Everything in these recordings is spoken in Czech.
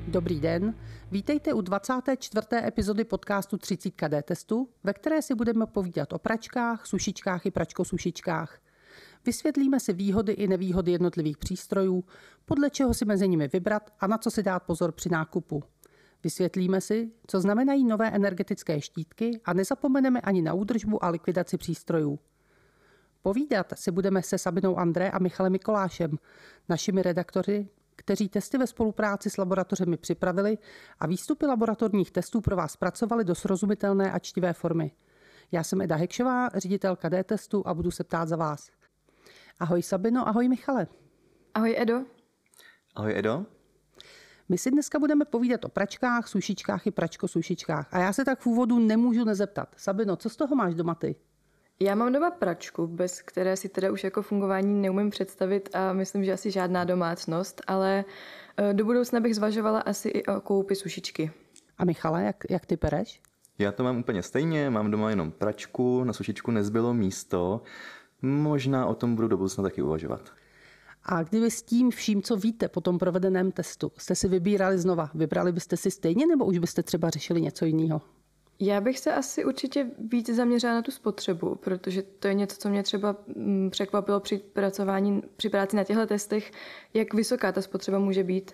Dobrý den, vítejte u 24. epizody podcastu 30 testu, ve které si budeme povídat o pračkách, sušičkách i pračkosušičkách. Vysvětlíme si výhody i nevýhody jednotlivých přístrojů, podle čeho si mezi nimi vybrat a na co si dát pozor při nákupu. Vysvětlíme si, co znamenají nové energetické štítky a nezapomeneme ani na údržbu a likvidaci přístrojů. Povídat si budeme se Sabinou André a Michalem Mikolášem, našimi redaktory, kteří testy ve spolupráci s laboratořemi připravili a výstupy laboratorních testů pro vás zpracovali do srozumitelné a čtivé formy. Já jsem Eda Hekšová, ředitelka D-testu a budu se ptát za vás. Ahoj Sabino, ahoj Michale. Ahoj Edo. Ahoj Edo. My si dneska budeme povídat o pračkách, sušičkách i pračkosušičkách. A já se tak v úvodu nemůžu nezeptat. Sabino, co z toho máš doma ty? Já mám doma pračku, bez které si teda už jako fungování neumím představit a myslím, že asi žádná domácnost, ale do budoucna bych zvažovala asi i o koupi sušičky. A Michale, jak ty pereš? Já to mám úplně stejně, mám doma jenom pračku, na sušičku nezbylo místo, možná o tom budu do budoucna taky uvažovat. A kdyby s tím vším, co víte po tom provedeném testu, jste si vybírali znova, vybrali byste si stejně nebo už byste třeba řešili něco jiného? Já bych se asi určitě víc zaměřila na tu spotřebu, protože to je něco, co mě třeba překvapilo při práci na těchto testech, jak vysoká ta spotřeba může být.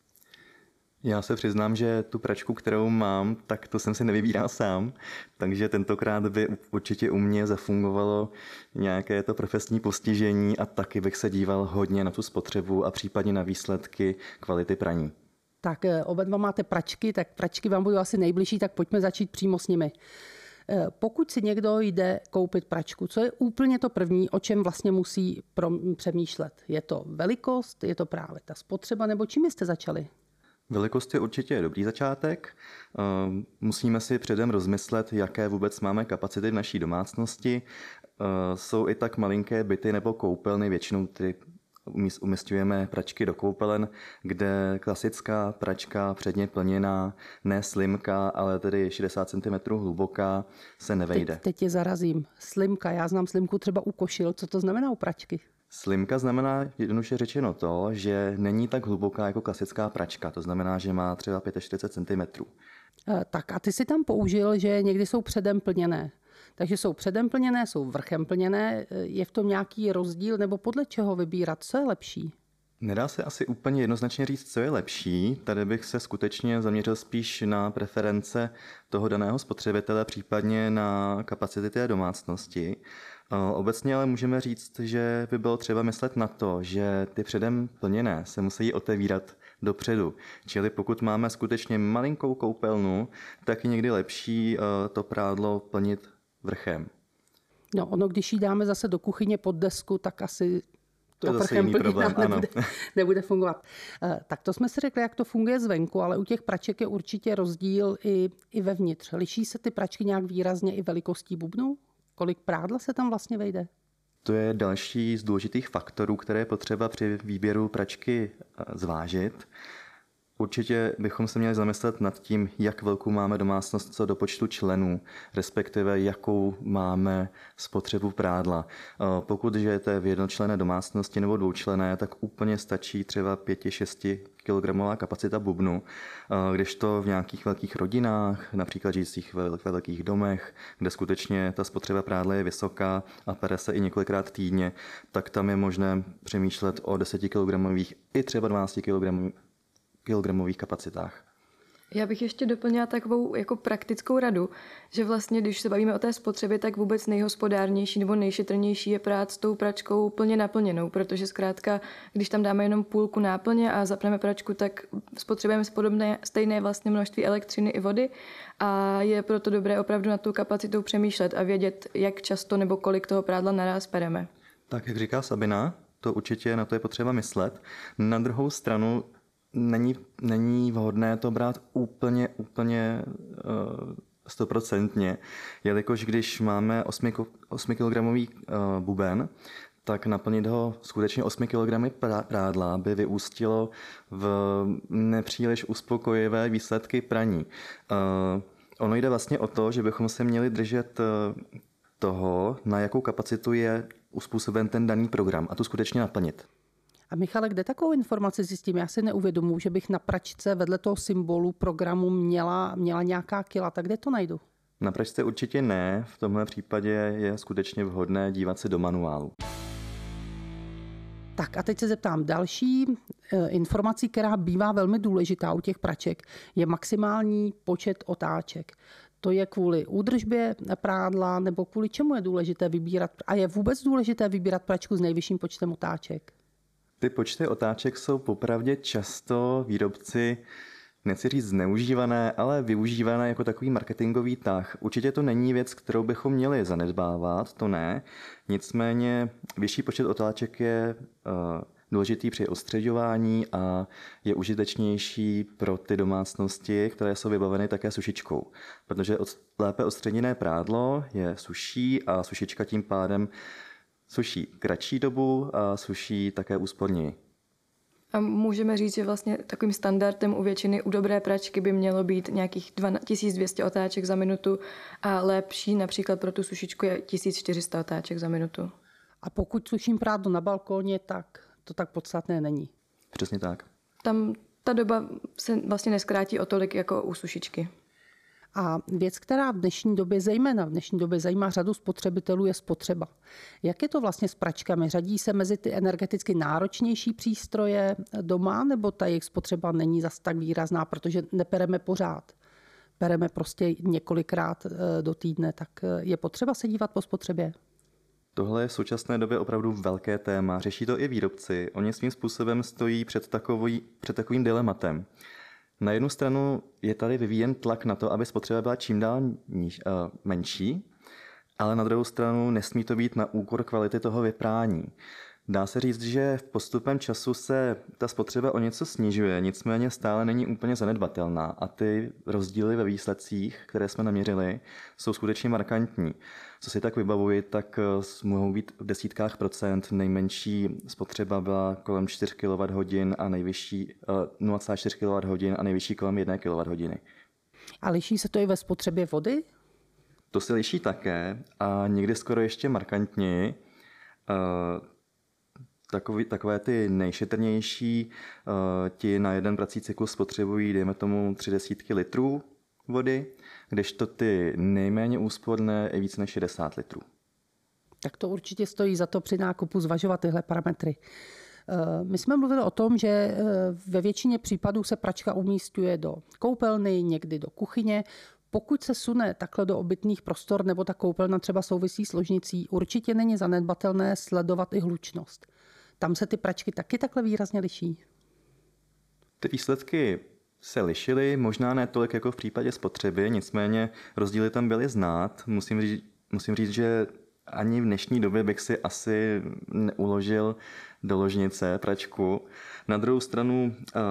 Já se přiznám, že tu pračku, kterou mám, tak to jsem si nevybíral sám, takže tentokrát by určitě u mě zafungovalo nějaké to profesní postižení a taky bych se díval hodně na tu spotřebu a případně na výsledky kvality praní. Tak oba dva máte pračky, tak pračky vám budou asi nejbližší, tak pojďme začít přímo s nimi. Pokud si někdo jde koupit pračku, co je úplně to první, o čem vlastně musí přemýšlet? Je to velikost, je to právě ta spotřeba, nebo čím jste začali? Velikost je určitě dobrý začátek. Musíme si předem rozmyslet, jaké vůbec máme kapacity v naší domácnosti. Jsou i tak malinké byty nebo koupelny, většinou umisťujeme pračky do koupelen, kde klasická pračka předně plněná, ne slimka, ale tedy 60 cm hluboká, se nevejde. Teď tě zarazím. Slimka, já znám slimku třeba u košil. Co to znamená u pračky? Slimka znamená jednoduše řečeno to, že není tak hluboká jako klasická pračka. To znamená, že má třeba 45 cm. Tak a ty si tam použil, že někdy jsou předem plněné. Takže jsou předem plněné, jsou vrchem plněné. Je v tom nějaký rozdíl nebo podle čeho vybírat? Co je lepší? Nedá se asi úplně jednoznačně říct, co je lepší. Tady bych se skutečně zaměřil spíš na preference toho daného spotřebitele, případně na kapacity té domácnosti. Obecně ale můžeme říct, že by bylo třeba myslet na to, že ty předem plněné se musí otevírat dopředu. Čili pokud máme skutečně malinkou koupelnu, tak je někdy lepší to prádlo plnit vrchem. No, ono, když ji dáme zase do kuchyně pod desku, tak asi to vrchem problém, nebude fungovat. Tak to jsme si řekli, jak to funguje zvenku, ale u těch praček je určitě rozdíl i vevnitř. Liší se ty pračky nějak výrazně i velikostí bubnu? Kolik prádla se tam vlastně vejde? To je další z důležitých faktorů, které je potřeba při výběru pračky zvážit. Určitě bychom se měli zamyslet nad tím, jak velkou máme domácnost co do počtu členů, respektive jakou máme spotřebu prádla. Pokud žijete v jednočlenné domácnosti nebo dvoučlenné, tak úplně stačí třeba 5-6 kg kapacita bubnu, kdežto v nějakých velkých rodinách, například žijících ve velkých domech, kde skutečně ta spotřeba prádla je vysoká a pere se i několikrát týdně, tak tam je možné přemýšlet o 10 kg i třeba 12 kilogramových kapacitách. Já bych ještě doplnila takovou jako praktickou radu, že vlastně, když se bavíme o té spotřebě, tak vůbec nejhospodárnější nebo nejšetrnější je prát s tou pračkou plně naplněnou, protože zkrátka, když tam dáme jenom půlku náplně a zapneme pračku, tak spotřebujeme stejné vlastně množství elektřiny i vody a je proto dobré opravdu nad tou kapacitou přemýšlet a vědět, jak často nebo kolik toho prádla naráz pereme. Tak, jak říká Sabina, to určitě na to je potřeba myslet. Na druhou stranu není vhodné to brát úplně 100%, jelikož když máme 8 kg buben, tak naplnit ho skutečně 8 kg prádla by vyústilo v nepříliš uspokojivé výsledky praní. Ono jde vlastně o to, že bychom se měli držet toho, na jakou kapacitu je uspůsoben ten daný program a tu skutečně naplnit. A Michale, kde takovou informaci zjistím? Já si neuvědomuji, že bych na pračce vedle toho symbolu programu měla nějaká kila. Tak kde to najdu? Na pračce určitě ne, v tomhle případě je skutečně vhodné dívat se do manuálu. Tak a teď se zeptám, další informací, která bývá velmi důležitá u těch praček, je maximální počet otáček. To je kvůli údržbě prádla nebo kvůli čemu je důležité vybírat? A je vůbec důležité vybírat pračku s nejvyšším počtem otáček? Ty počty otáček jsou popravdě často výrobci, nechci říct zneužívané, ale využívané jako takový marketingový tah. Určitě to není věc, kterou bychom měli zanedbávat, to ne. Nicméně vyšší počet otáček je důležitý při ostřeďování a je užitečnější pro ty domácnosti, které jsou vybaveny také sušičkou. Protože lépe ostředěné prádlo je suší a sušička tím pádem suší kratší dobu a suší také úsporněji. A můžeme říct, že vlastně takovým standardem u většiny u dobré pračky by mělo být nějakých 1200 otáček za minutu a lepší například pro tu sušičku je 1400 otáček za minutu. A pokud suším prádlo na balkóně, tak to tak podstatné není. Přesně tak. Tam ta doba se vlastně neskrátí o tolik jako u sušičky. A věc, která zejména v dnešní době zajímá řadu spotřebitelů, je spotřeba. Jak je to vlastně s pračkami? Řadí se mezi ty energeticky náročnější přístroje doma, nebo ta jejich spotřeba není zas tak výrazná, protože nepereme pořád? Pereme prostě několikrát do týdne, tak je potřeba se dívat po spotřebě? Tohle je v současné době opravdu velké téma. Řeší to i výrobci. Oni svým způsobem stojí před takovým dilematem. Na jednu stranu je tady vyvíjen tlak na to, aby spotřeba byla čím dál menší, ale na druhou stranu nesmí to být na úkor kvality toho vyprání. Dá se říct, že v postupem času se ta spotřeba o něco snižuje, nicméně stále není úplně zanedbatelná a ty rozdíly ve výsledcích, které jsme naměřili, jsou skutečně markantní. Co si tak vybavuji, tak mohou být v desítkách procent. Nejmenší spotřeba byla kolem 4 kWh a nejvyšší 0,4 kWh a nejvyšší kolem 1 kWh. A liší se to i ve spotřebě vody? To se liší také a někdy skoro ještě markantněji. Takové ty nejšetrnější, ti na jeden prací cyklus spotřebují, dejme tomu, 30 litrů vody, kdežto ty nejméně úsporné je víc než 60 litrů. Tak to určitě stojí za to při nákupu zvažovat tyhle parametry. My jsme mluvili o tom, že ve většině případů se pračka umísťuje do koupelny, někdy do kuchyně. Pokud se sune takhle do obytných prostor nebo ta koupelna třeba souvisí s ložnicí, určitě není zanedbatelné sledovat i hlučnost. Tam se ty pračky taky takhle výrazně liší? Ty výsledky se lišily, možná ne tolik jako v případě spotřeby, nicméně rozdíly tam byly znát. Musím říct, že ani v dnešní době bych si asi neuložil do ložnice pračku. Na druhou stranu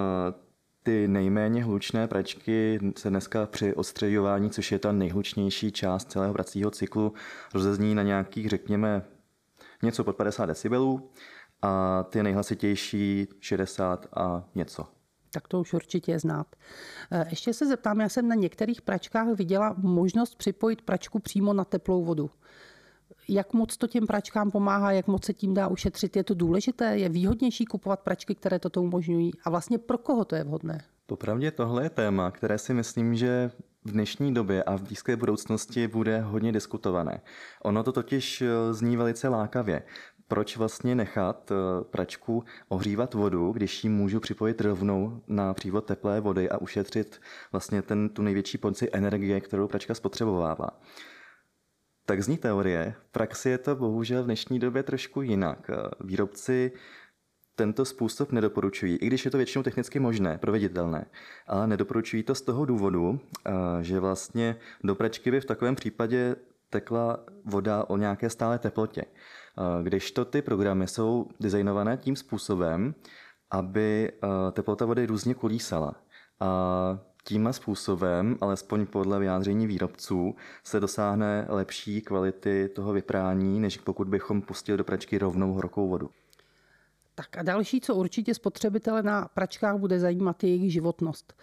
ty nejméně hlučné pračky se dneska při odstřeďování, což je ta nejhlučnější část celého pracího cyklu, rozezní na nějakých, řekněme, něco pod 50 decibelů a ty nejhlasitější 60 a něco. Tak to už určitě je znát. Ještě se zeptám, já jsem na některých pračkách viděla možnost připojit pračku přímo na teplou vodu. Jak moc to těm pračkám pomáhá, jak moc se tím dá ušetřit? Je to důležité? Je výhodnější kupovat pračky, které toto umožňují? A vlastně pro koho to je vhodné? Popravdě tohle je téma, které si myslím, že v dnešní době a v blízké budoucnosti bude hodně diskutované. Ono to totiž zní velice lákavě. Proč vlastně nechat pračku ohřívat vodu, když ji můžu připojit rovnou na přívod teplé vody a ušetřit vlastně tu největší porci energie, kterou pračka spotřebovává? Tak zní teorie. V praxi je to bohužel v dnešní době trošku jinak. Výrobci tento způsob nedoporučují, i když je to většinou technicky možné, proveditelné, ale nedoporučují to z toho důvodu, že vlastně do pračky by v takovém případě tekla voda o nějaké stálé teplotě. Kdežto ty programy jsou designované tím způsobem, aby teplota vody různě kolísala. A tímhle způsobem, alespoň podle vyjádření výrobců, se dosáhne lepší kvality toho vyprání, než pokud bychom pustili do pračky rovnou horkou vodu. Tak a další, co určitě spotřebitele na pračkách bude zajímat, je jejich životnost.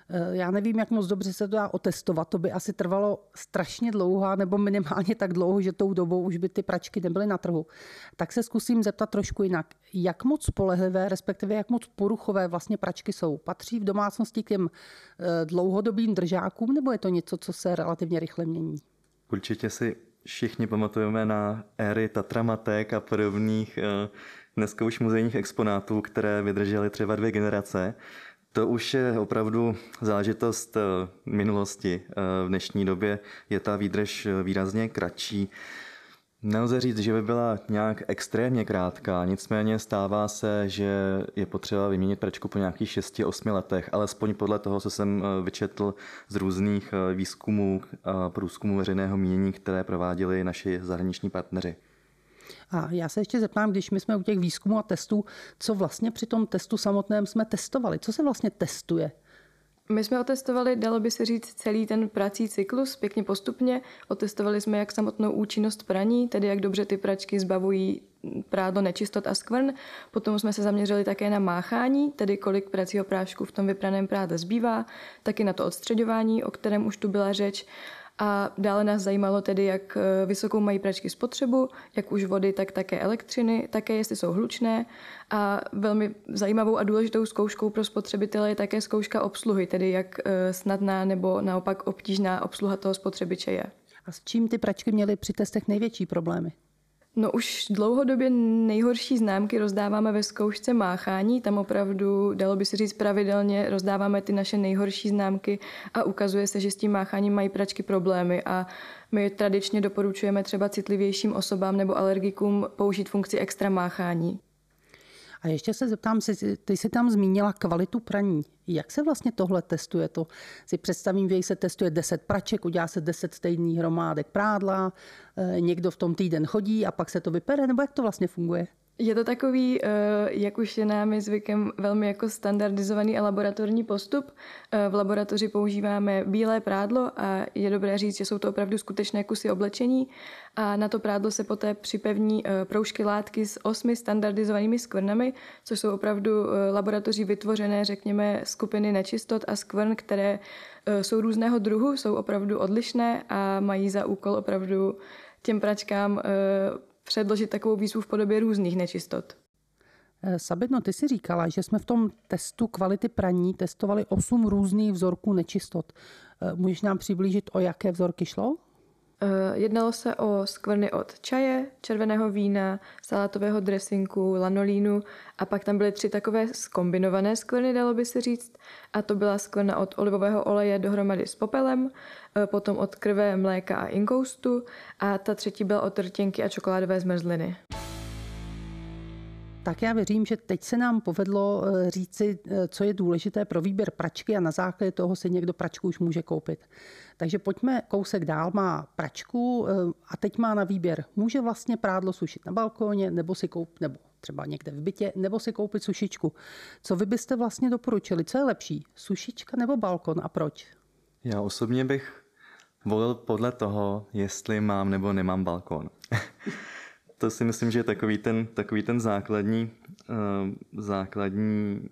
Já nevím, jak moc dobře se to dá otestovat. To by asi trvalo strašně dlouho, nebo minimálně tak dlouho, že tou dobou už by ty pračky nebyly na trhu. Tak se zkusím zeptat trošku jinak. Jak moc spolehlivé, respektive jak moc poruchové vlastně pračky jsou? Patří v domácnosti k těm dlouhodobým držákům, nebo je to něco, co se relativně rychle mění? Určitě si všichni pamatujeme na éry Tatramatek a podobných dneska už muzejních exponátů, které vydržely třeba 2 generace. To už je opravdu záležitost minulosti. V dnešní době je ta výdrž výrazně kratší. Nelze říct, že by byla nějak extrémně krátká, nicméně stává se, že je potřeba vyměnit pračku po nějakých 6-8 letech, alespoň podle toho, co jsem vyčetl z různých výzkumů a průzkumů veřejného mínění, které prováděli naši zahraniční partneři. A já se ještě zeptám, když my jsme u těch výzkumů a testů, co vlastně při tom testu samotném jsme testovali? Co se vlastně testuje? My jsme otestovali, dalo by se říct, celý ten prací cyklus pěkně postupně. Otestovali jsme jak samotnou účinnost praní, tedy jak dobře ty pračky zbavují prádlo nečistot a skvrn. Potom jsme se zaměřili také na máchání, tedy kolik pracího prášku v tom vypraném prádle zbývá, taky na to odstřeďování, o kterém už tu byla řeč. A dále nás zajímalo tedy, jak vysokou mají pračky spotřebu, jak už vody, tak také elektřiny, také jestli jsou hlučné. A velmi zajímavou a důležitou zkouškou pro spotřebitele je také zkouška obsluhy, tedy jak snadná nebo naopak obtížná obsluha toho spotřebiče je. A s čím ty pračky měly při testech největší problémy? No už dlouhodobě nejhorší známky rozdáváme ve zkoušce máchání. Tam opravdu, dalo by se říct, pravidelně rozdáváme ty naše nejhorší známky a ukazuje se, že s tím mácháním mají pračky problémy a my tradičně doporučujeme třeba citlivějším osobám nebo alergikům použít funkci extra máchání. A ještě se zeptám, ty jsi tam zmínila kvalitu praní. Jak se vlastně tohle testuje? To si představím, že se testuje 10 praček, udělá se 10 stejných hromádek prádla, někdo v tom týden chodí a pak se to vypere, nebo jak to vlastně funguje? Je to takový, jak už je námi zvykem, velmi jako standardizovaný a laboratorní postup. V laboratoři používáme bílé prádlo a je dobré říct, že jsou to opravdu skutečné kusy oblečení a na to prádlo se poté připevní proužky látky s 8 standardizovanými skvrnami, což jsou opravdu laboratoří vytvořené, řekněme, skupiny nečistot a skvrn, které jsou různého druhu, jsou opravdu odlišné a mají za úkol opravdu těm pračkám předložit takovou výzvu v podobě různých nečistot. Sabino, ty jsi říkala, že jsme v tom testu kvality praní testovali 8 různých vzorků nečistot. Můžeš nám přiblížit, o jaké vzorky šlo? Jednalo se o skvrny od čaje, červeného vína, salátového dresinku, lanolínu a pak tam byly 3 takové zkombinované skvrny, dalo by se říct. A to byla skvrna od olivového oleje dohromady s popelem, potom od krve, mléka a inkoustu a ta 3. byla od rtěnky a čokoládové zmrzliny. Tak já věřím, že teď se nám povedlo říci, co je důležité pro výběr pračky a na základě toho si někdo pračku už může koupit. Takže pojďme kousek dál, má pračku a teď má na výběr. Může vlastně prádlo sušit na balkóně, nebo si koupit, nebo třeba někde v bytě, nebo si koupit sušičku. Co vy byste vlastně doporučili? Co je lepší? Sušička nebo balkon a proč? Já osobně bych volil podle toho, jestli mám nebo nemám balkon. To si myslím, že je takový ten základní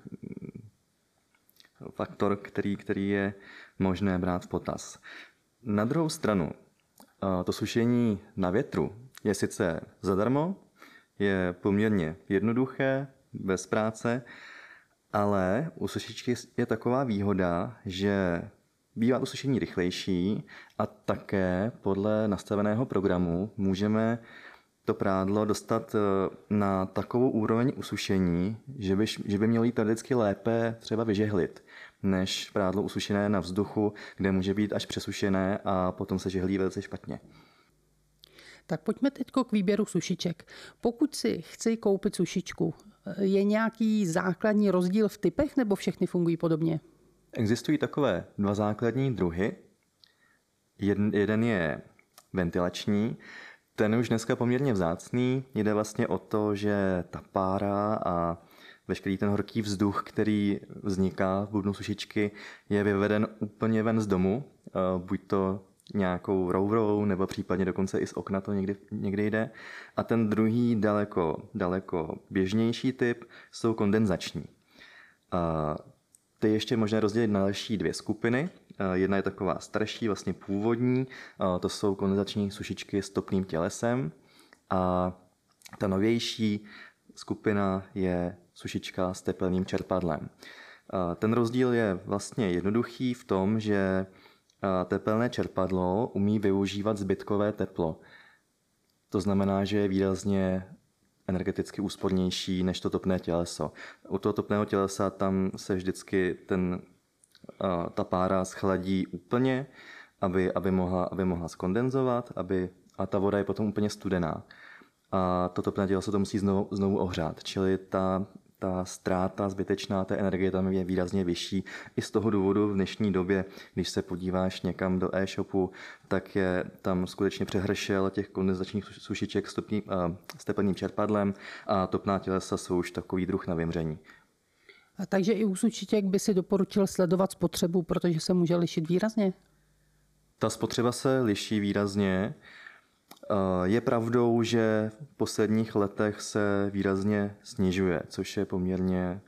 faktor, který je možné brát v potaz. Na druhou stranu, to sušení na větru je sice zadarmo, je poměrně jednoduché, bez práce, ale u sušičky je taková výhoda, že bývá to sušení rychlejší a také podle nastaveného programu můžeme to prádlo dostat na takovou úroveň usušení, že by mělo jít teoreticky lépe třeba vyžehlit, než prádlo usušené na vzduchu, kde může být až přesušené a potom se žehlí velice špatně. Tak pojďme teď k výběru sušiček. Pokud si chci koupit sušičku, je nějaký základní rozdíl v typech nebo všechny fungují podobně? Existují takové 2 základní druhy. Jeden je ventilační, ten už dneska poměrně vzácný. Jde vlastně o to, že ta pára a veškerý ten horký vzduch, který vzniká v bubnu sušičky, je vyveden úplně ven z domu, buď to nějakou rouvrou, nebo případně dokonce i z okna to někdy jde. A ten druhý daleko běžnější typ jsou kondenzační. Ty ještě možné rozdělit na další dvě skupiny. Jedna je taková starší, vlastně původní, to jsou kondenzační sušičky s topným tělesem. A ta novější skupina je sušička s tepelným čerpadlem. Ten rozdíl je vlastně jednoduchý v tom, že tepelné čerpadlo umí využívat zbytkové teplo. To znamená, že je výrazně energeticky úspornější než to topné těleso. U toho topného tělesa tam se vždycky ta pára schladí úplně, aby mohla skondenzovat, a ta voda je potom úplně studená. A to topné těleso to musí znovu ohřát, čili ta ztráta zbytečná té energie tam je výrazně vyšší. I z toho důvodu v dnešní době, když se podíváš někam do e-shopu, tak je tam skutečně přehršel těch kondenzačních sušiček s tepelným čerpadlem a topná tělesa jsou už takový druh na vymření. A takže i u sušiček by si doporučil sledovat spotřebu, protože se může lišit výrazně? Ta spotřeba se liší výrazně. Je pravdou, že v posledních letech se výrazně snižuje, což je poměrně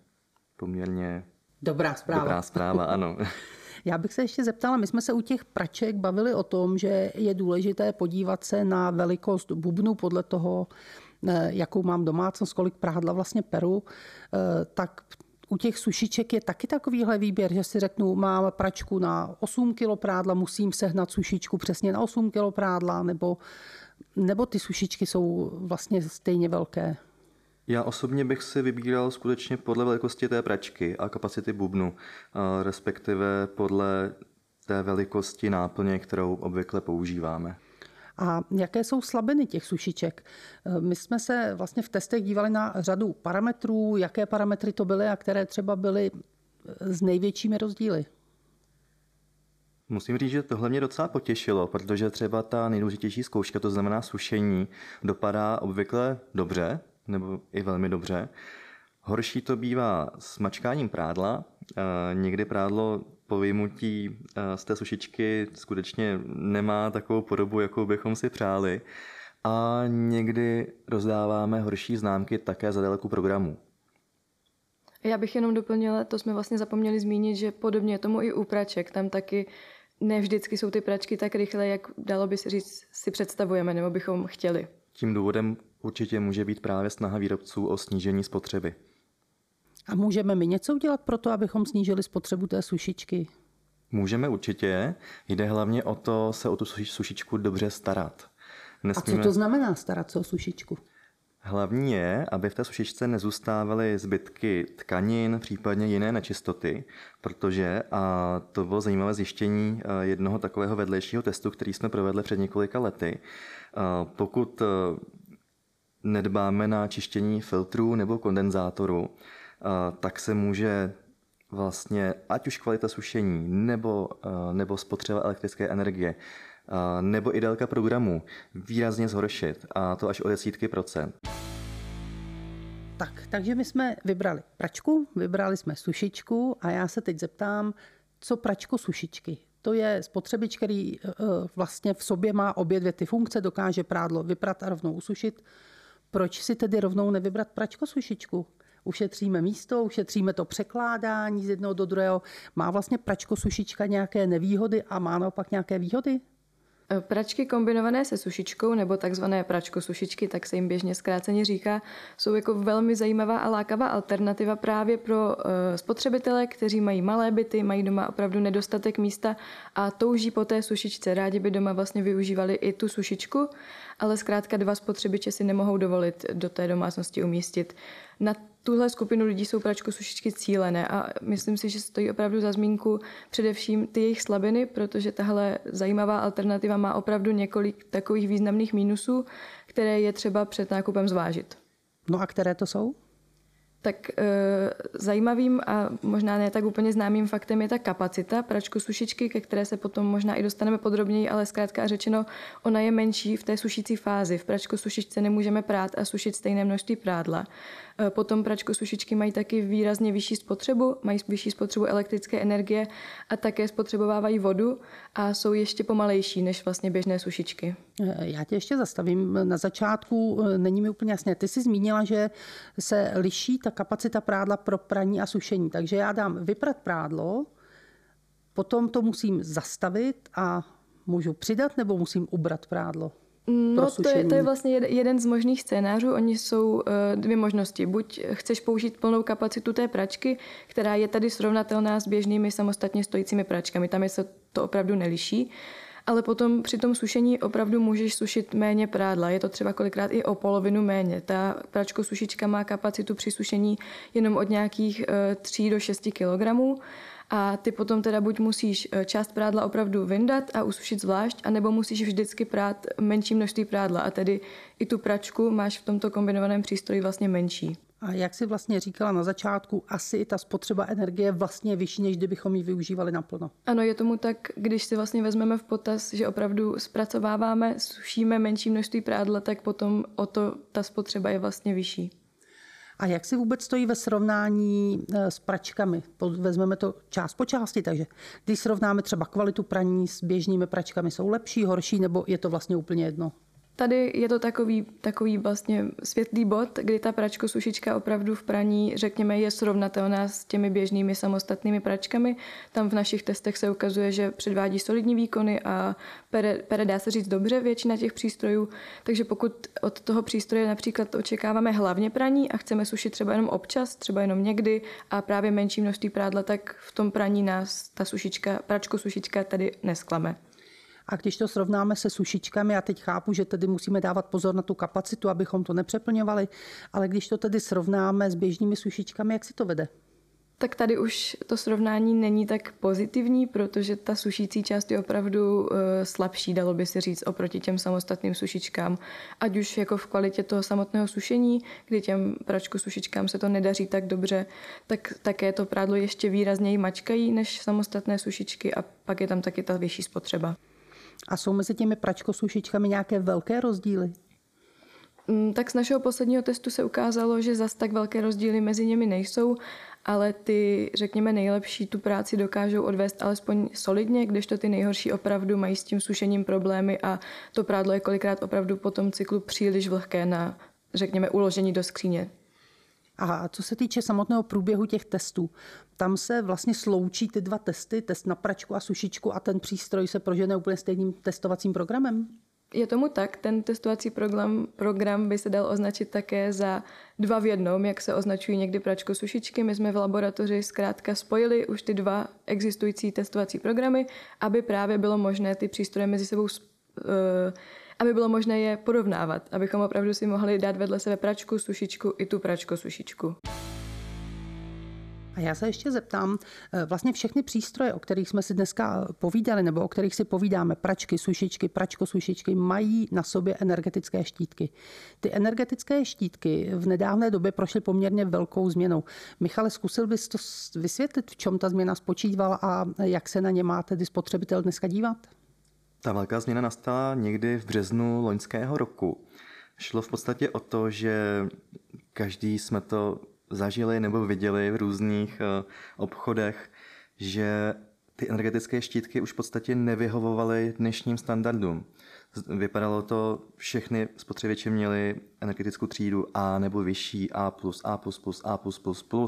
dobrá zpráva, ano. Já bych se ještě zeptala, my jsme se u těch praček bavili o tom, že je důležité podívat se na velikost bubnu podle toho, jakou mám domácnost, kolik prádla vlastně peru, tak u těch sušiček je taky takovýhle výběr, že si řeknu, mám pračku na 8 kg prádla, musím sehnat sušičku přesně na 8 kg prádla, nebo ty sušičky jsou vlastně stejně velké? Já osobně bych si vybíral skutečně podle velikosti té pračky a kapacity bubnu, respektive podle té velikosti náplně, kterou obvykle používáme. A jaké jsou slabiny těch sušiček? My jsme se vlastně v testech dívali na řadu parametrů, jaké parametry to byly a které třeba byly s největšími rozdíly. Musím říct, že tohle mě docela potěšilo, protože třeba ta nejdůležitější zkouška, to znamená sušení, dopadá obvykle dobře, nebo i velmi dobře. Horší to bývá s mačkáním prádla. Někdy prádlo po vyjmutí z té sušičky skutečně nemá takovou podobu, jakou bychom si přáli. A někdy rozdáváme horší známky také za délku programu. Já bych jenom doplnila, to jsme vlastně zapomněli zmínit, že podobně tomu i u praček. Tam taky ne vždycky jsou ty pračky tak rychle, jak dalo by se říct, si představujeme nebo bychom chtěli. Tím důvodem určitě může být právě snaha výrobců o snížení spotřeby. A můžeme my něco udělat pro to, abychom snížili spotřebu té sušičky? Můžeme určitě. Jde hlavně o to se o tu sušičku dobře starat. A co to znamená starat se o sušičku? Hlavní je, aby v té sušičce nezůstávaly zbytky tkanin, případně jiné nečistoty, protože, a to bylo zajímavé zjištění jednoho takového vedlejšího testu, který jsme provedli před několika lety, pokud nedbáme na čištění filtrů nebo kondenzátorů, tak se může vlastně ať už kvalita sušení nebo spotřeba elektrické energie nebo i délka programu výrazně zhoršit, a to až o desítky procent. Takže my jsme vybrali pračku, vybrali jsme sušičku a já se teď zeptám, co pračko sušičky? To je spotřebič, který vlastně v sobě má obě dvě ty funkce, dokáže prádlo vyprat a rovnou usušit. Proč si tedy rovnou nevybrat pračko sušičku? Ušetříme místo, ušetříme to překládání z jednoho do druhého. Má vlastně pračko sušička nějaké nevýhody a má naopak nějaké výhody? Pračky kombinované se sušičkou nebo takzvané pračko-sušičky, tak se jim běžně zkráceně říká, jsou jako velmi zajímavá a lákavá alternativa právě pro spotřebitele, kteří mají malé byty, mají doma opravdu nedostatek místa a touží po té sušičce. Rádi by doma vlastně využívali i tu sušičku, ale zkrátka dva spotřebiče si nemohou dovolit do té domácnosti umístit. Na tuhle skupinu lidí jsou pračko-sušičky cílené a myslím si, že stojí opravdu za zmínku především ty jejich slabiny, protože tahle zajímavá alternativa má opravdu několik takových významných mínusů, které je třeba před nákupem zvážit. No a které to jsou? Tak zajímavým a možná ne tak úplně známým faktem je ta kapacita pračko-sušičky, ke které se potom možná i dostaneme podrobněji, ale zkrátka řečeno, ona je menší v té sušící fázi. V pračko-sušičce nemůžeme prát a sušit stejné množství prádla. Potom pračko-sušičky mají taky výrazně vyšší spotřebu, mají vyšší spotřebu elektrické energie a také spotřebovávají vodu a jsou ještě pomalejší než vlastně běžné sušičky. Já tě ještě zastavím. Na začátku není mi úplně jasné. Ty jsi zmínila, že se liší ta ta kapacita prádla pro praní a sušení. Takže já dám vyprat prádlo, potom to musím zastavit a můžu přidat nebo musím ubrat prádlo? No, to je vlastně jeden z možných scénářů. Oni jsou dvě možnosti. Buď chceš použít plnou kapacitu té pračky, která je tady srovnatelná s běžnými samostatně stojícími pračkami. Tam se to opravdu neliší. Ale potom při tom sušení opravdu můžeš sušit méně prádla. Je to třeba kolikrát i o polovinu méně. Ta pračkosušička má kapacitu při sušení jenom od nějakých 3 do 6 kilogramů. A ty potom teda buď musíš část prádla opravdu vyndat a usušit zvlášť, anebo musíš vždycky prát menší množství prádla. A tedy i tu pračku máš v tomto kombinovaném přístroji vlastně menší. A jak jsi vlastně říkala na začátku, asi i ta spotřeba energie vlastně je vyšší, než kdybychom ji využívali naplno. Ano, je tomu tak, když si vlastně vezmeme v potaz, že opravdu zpracováváme, sušíme menší množství prádla, tak potom o to ta spotřeba je vlastně vyšší. A jak si vůbec stojí ve srovnání s pračkami? Vezmeme to část po části, takže když srovnáme třeba kvalitu praní s běžnými pračkami, jsou lepší, horší, nebo je to vlastně úplně jedno? Tady je to takový vlastně světlý bod, kdy ta pračkosušička opravdu v praní, řekněme, je srovnatelná s těmi běžnými samostatnými pračkami. Tam v našich testech se ukazuje, že předvádí solidní výkony a pere dá se říct dobře většina těch přístrojů. Takže pokud od toho přístroje například očekáváme hlavně praní a chceme sušit třeba jenom občas, třeba jenom někdy a právě menší množství prádla, tak v tom praní nás ta pračkosušička tady nesklame. A když to srovnáme se sušičkami, já teď chápu, že tedy musíme dávat pozor na tu kapacitu, abychom to nepřeplňovali, ale když to tedy srovnáme s běžnými sušičkami, jak si to vede? Tak tady už to srovnání není tak pozitivní, protože ta sušící část je opravdu slabší, dalo by se říct, oproti těm samostatným sušičkám. Ať už jako v kvalitě toho samotného sušení, kdy těm pračkosušičkám se to nedaří tak dobře, tak také to prádlo ještě výrazněji mačkají než samostatné sušičky a pak je tam taky ta vyšší spotřeba. A jsou mezi těmi pračkosušičkami nějaké velké rozdíly? Tak z našeho posledního testu se ukázalo, že zas tak velké rozdíly mezi nimi nejsou, ale ty, řekněme, nejlepší tu práci dokážou odvést alespoň solidně, kdežto ty nejhorší opravdu mají s tím sušením problémy a to prádlo je kolikrát opravdu po tom cyklu příliš vlhké na, řekněme, uložení do skříně. A co se týče samotného průběhu těch testů, tam se vlastně sloučí ty dva testy, test na pračku a sušičku a ten přístroj se prožene úplně stejným testovacím programem? Je tomu tak, ten testovací program by se dal označit také za 2 v 1, jak se označují někdy pračkosušičky. My jsme v laboratoři zkrátka spojili už ty 2 existující testovací programy, aby právě bylo možné ty přístroje mezi sebou aby bylo možné je porovnávat, abychom opravdu si mohli dát vedle sebe pračku, sušičku i tu pračkosušičku. A já se ještě zeptám, vlastně všechny přístroje, o kterých jsme si dneska povídali, nebo o kterých si povídáme, pračky, sušičky, pračkosušičky, mají na sobě energetické štítky. Ty energetické štítky v nedávné době prošly poměrně velkou změnou. Michale, zkusil bys to vysvětlit, v čem ta změna spočívala a jak se na ně má tedy spotřebitel dneska dívat? Ta velká změna nastala někdy v březnu loňského roku. Šlo v podstatě o to, že každý jsme to zažili nebo viděli v různých obchodech, že ty energetické štítky už v podstatě nevyhovovaly dnešním standardům. Vypadalo to, všechny spotřebiče měli energetickou třídu A nebo vyšší A+, A++, A+++.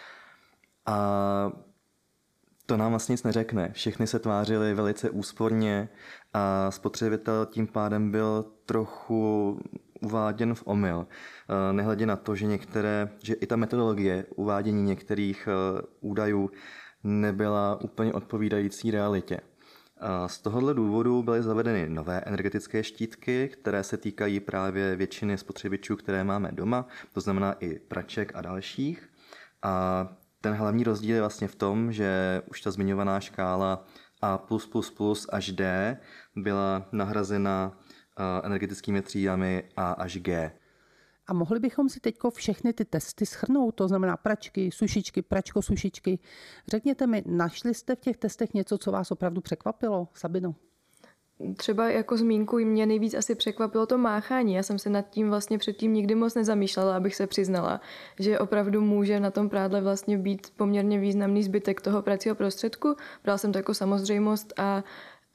A to nám vlastně nic neřekne. Všechny se tvářily velice úsporně a spotřebitel tím pádem byl trochu uváděn v omyl. Nehledě na to, že i ta metodologie uvádění některých údajů nebyla úplně odpovídající realitě. Z tohoto důvodu byly zavedeny nové energetické štítky, které se týkají právě většiny spotřebičů, které máme doma, to znamená i praček a dalších. A ten hlavní rozdíl je vlastně v tom, že už ta zmiňovaná škála A++ až D byla nahrazena energetickými třídami A až G. A mohli bychom si teď všechny ty testy shrnout, to znamená pračky, sušičky, pračkosušičky. Řekněte mi, našli jste v těch testech něco, co vás opravdu překvapilo, Sabino? Třeba jako zmínku mě nejvíc asi překvapilo to máchání. Já jsem se nad tím vlastně předtím nikdy moc nezamýšlela, abych se přiznala, že opravdu může na tom prádle vlastně být poměrně významný zbytek toho pracího prostředku. Brala jsem to jako samozřejmost a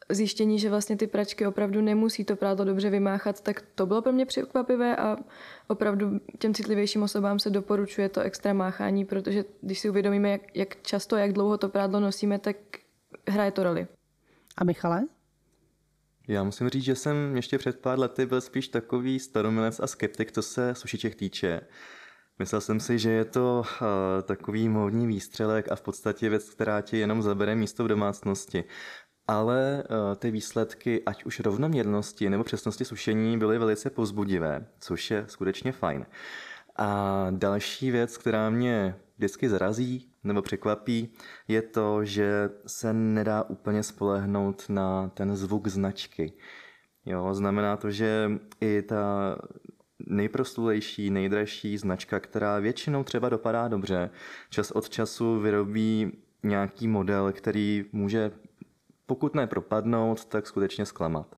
zjištění, že vlastně ty pračky opravdu nemusí to prádlo dobře vymáchat, tak to bylo pro mě překvapivé a opravdu těm citlivějším osobám se doporučuje to extra máchání, protože když si uvědomíme, jak často, jak dlouho to prádlo nosíme, tak hraje to roli. A Michale? Já musím říct, že jsem ještě před pár lety byl spíš takový staromilec a skeptik, co se sušiček týče. Myslel jsem si, že je to takový módní výstřelek a v podstatě věc, která ti jenom zabere místo v domácnosti. Ale ty výsledky, ať už rovnoměrnosti nebo přesnosti sušení, byly velice povzbudivé, což je skutečně fajn. A další věc, která mě vždycky zarazí nebo překvapí, je to, že se nedá úplně spolehnout na ten zvuk značky. Jo, znamená to, že i ta nejproslulejší, nejdražší značka, která většinou třeba dopadá dobře, čas od času vyrobí nějaký model, který může, pokud ne propadnout, tak skutečně zklamat.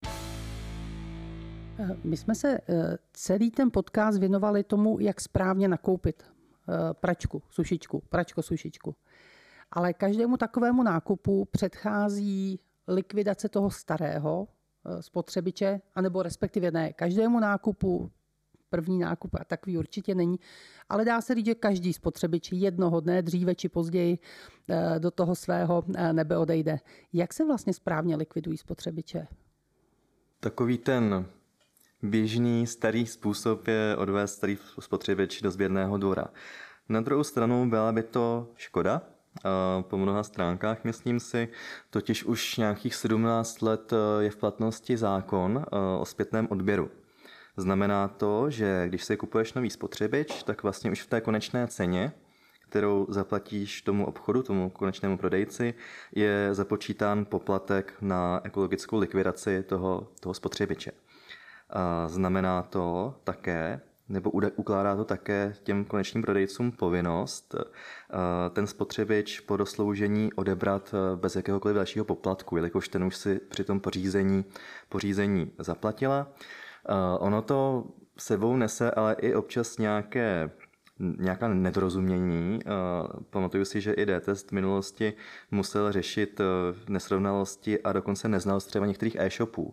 My jsme se celý ten podcast věnovali tomu, jak správně nakoupit pračku, sušičku. Ale každému takovému nákupu předchází likvidace toho starého spotřebiče, anebo respektive ne. Každému nákupu, první nákup a takový určitě není, ale dá se říct, že každý spotřebič jednoho dne, dříve či později, do toho svého nebe odejde. Jak se vlastně správně likvidují spotřebiče? Takový ten běžný starý způsob je odvést starý spotřebič do sběrného dvora. Na druhou stranu byla by to škoda, po mnoha stránkách, myslím si, totiž už nějakých 17 let je v platnosti zákon o zpětném odběru. Znamená to, že když si kupuješ nový spotřebič, tak vlastně už v té konečné ceně, kterou zaplatíš tomu obchodu, tomu konečnému prodejci, je započítán poplatek na ekologickou likvidaci toho spotřebiče. Znamená to také, nebo ukládá to také těm konečným prodejcům povinnost ten spotřebič po dosloužení odebrat bez jakéhokoliv dalšího poplatku, jelikož ten už si při tom pořízení zaplatila. Ono to sebou nese ale i občas nějaká nedorozumění. Pamatuju si, že i D-test v minulosti musel řešit nesrovnalosti a dokonce neznalost třeba některých e-shopů,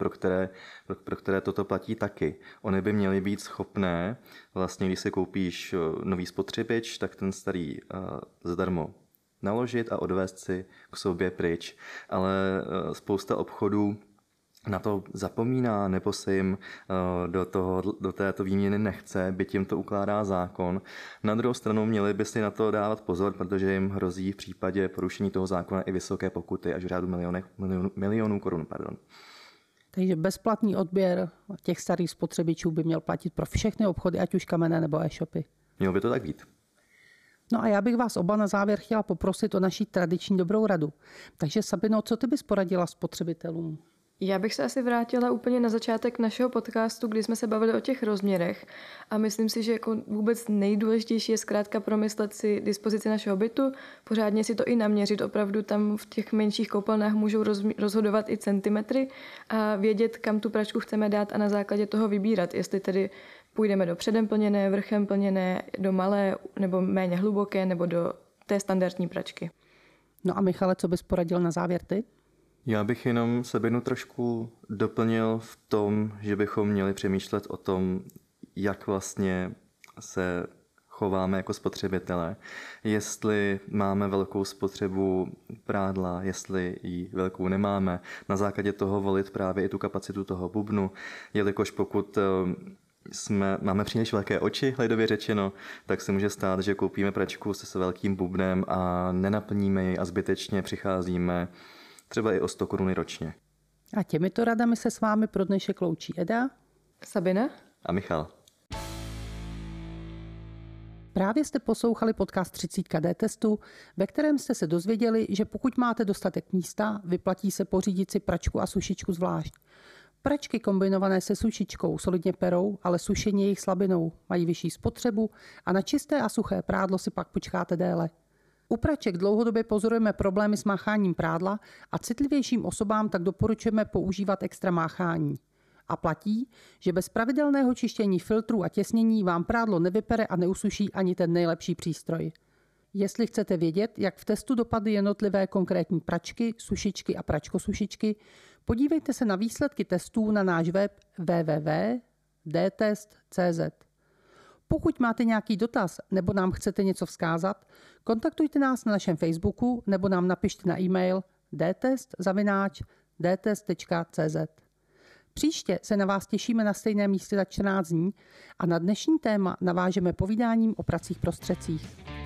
pro které toto platí taky. Ony by měly být schopné, vlastně když si koupíš nový spotřebič, tak ten starý zadarmo naložit a odvést si k sobě pryč. Ale spousta obchodů na to zapomíná, nebo se jim do této výměny nechce, byť jim to ukládá zákon. Na druhou stranu měli by si na to dávat pozor, protože jim hrozí v případě porušení toho zákona i vysoké pokuty, až v řádu milionů korun. Takže bezplatný odběr těch starých spotřebičů by měl platit pro všechny obchody, ať už kamenné nebo e-shopy. Mělo by to tak být. No a já bych vás oba na závěr chtěla poprosit o naší tradiční dobrou radu. Takže Sabino, co ty bys poradila spotřebitelům? Já bych se asi vrátila úplně na začátek našeho podcastu, kdy jsme se bavili o těch rozměrech a myslím si, že jako vůbec nejdůležitější je zkrátka promyslet si dispozici našeho bytu, pořádně si to i naměřit, opravdu tam v těch menších koupelnách můžou rozhodovat i centimetry a vědět, kam tu pračku chceme dát a na základě toho vybírat, jestli tedy půjdeme do předem plněné, vrchem plněné, do malé nebo méně hluboké nebo do té standardní pračky. No a Michale, co bys poradil na závěr ty? Já bych jenom Sabinu trošku doplnil v tom, že bychom měli přemýšlet o tom, jak vlastně se chováme jako spotřebitelé. Jestli máme velkou spotřebu prádla, jestli ji velkou nemáme. Na základě toho volit právě i tu kapacitu toho bubnu, jelikož pokud máme příliš velké oči, lidově řečeno, tak se může stát, že koupíme pračku se velkým bubnem a nenaplníme ji a zbytečně přicházíme třeba i o 100 korun ročně. A těmito radami se s vámi pro dnešek loučí Eda, Sabina a Michal. Právě jste poslouchali podcast 30 D-testu, ve kterém jste se dozvěděli, že pokud máte dostatek místa, vyplatí se pořídit si pračku a sušičku zvlášť. Pračky kombinované se sušičkou solidně perou, ale sušení jejich slabinou, mají vyšší spotřebu a na čisté a suché prádlo si pak počkáte déle. U praček dlouhodobě pozorujeme problémy s mácháním prádla a citlivějším osobám tak doporučujeme používat extra máchání. A platí, že bez pravidelného čištění filtrů a těsnění vám prádlo nevypere a neusuší ani ten nejlepší přístroj. Jestli chcete vědět, jak v testu dopadly jednotlivé konkrétní pračky, sušičky a pračkosušičky, podívejte se na výsledky testů na náš web www.dtest.cz. Pokud máte nějaký dotaz nebo nám chcete něco vzkázat, kontaktujte nás na našem Facebooku nebo nám napište na e-mail dtest@dtest.cz. Příště se na vás těšíme na stejném místě za 14 dní a na dnešní téma navážeme povídáním o pracích prostředcích.